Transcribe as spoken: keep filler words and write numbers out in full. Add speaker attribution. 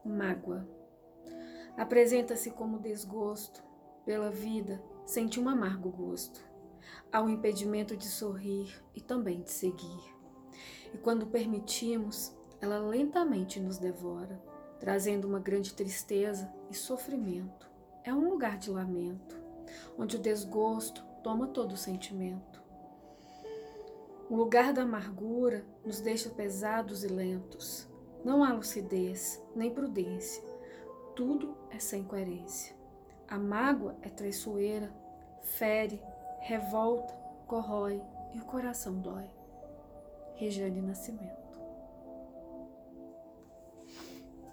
Speaker 1: Mágoa. Apresenta-se como desgosto pela vida, sente um amargo gosto. Há um impedimento de sorrir e também de seguir. E quando permitimos, ela lentamente nos devora, trazendo uma grande tristeza e sofrimento. É um lugar de lamento, onde o desgosto toma todo o sentimento. O lugar da amargura nos deixa pesados e lentos. Não há lucidez, nem prudência. Tudo é sem coerência. A mágoa é traiçoeira, fere, revolta, corrói e o coração dói. Regiane Nascimento.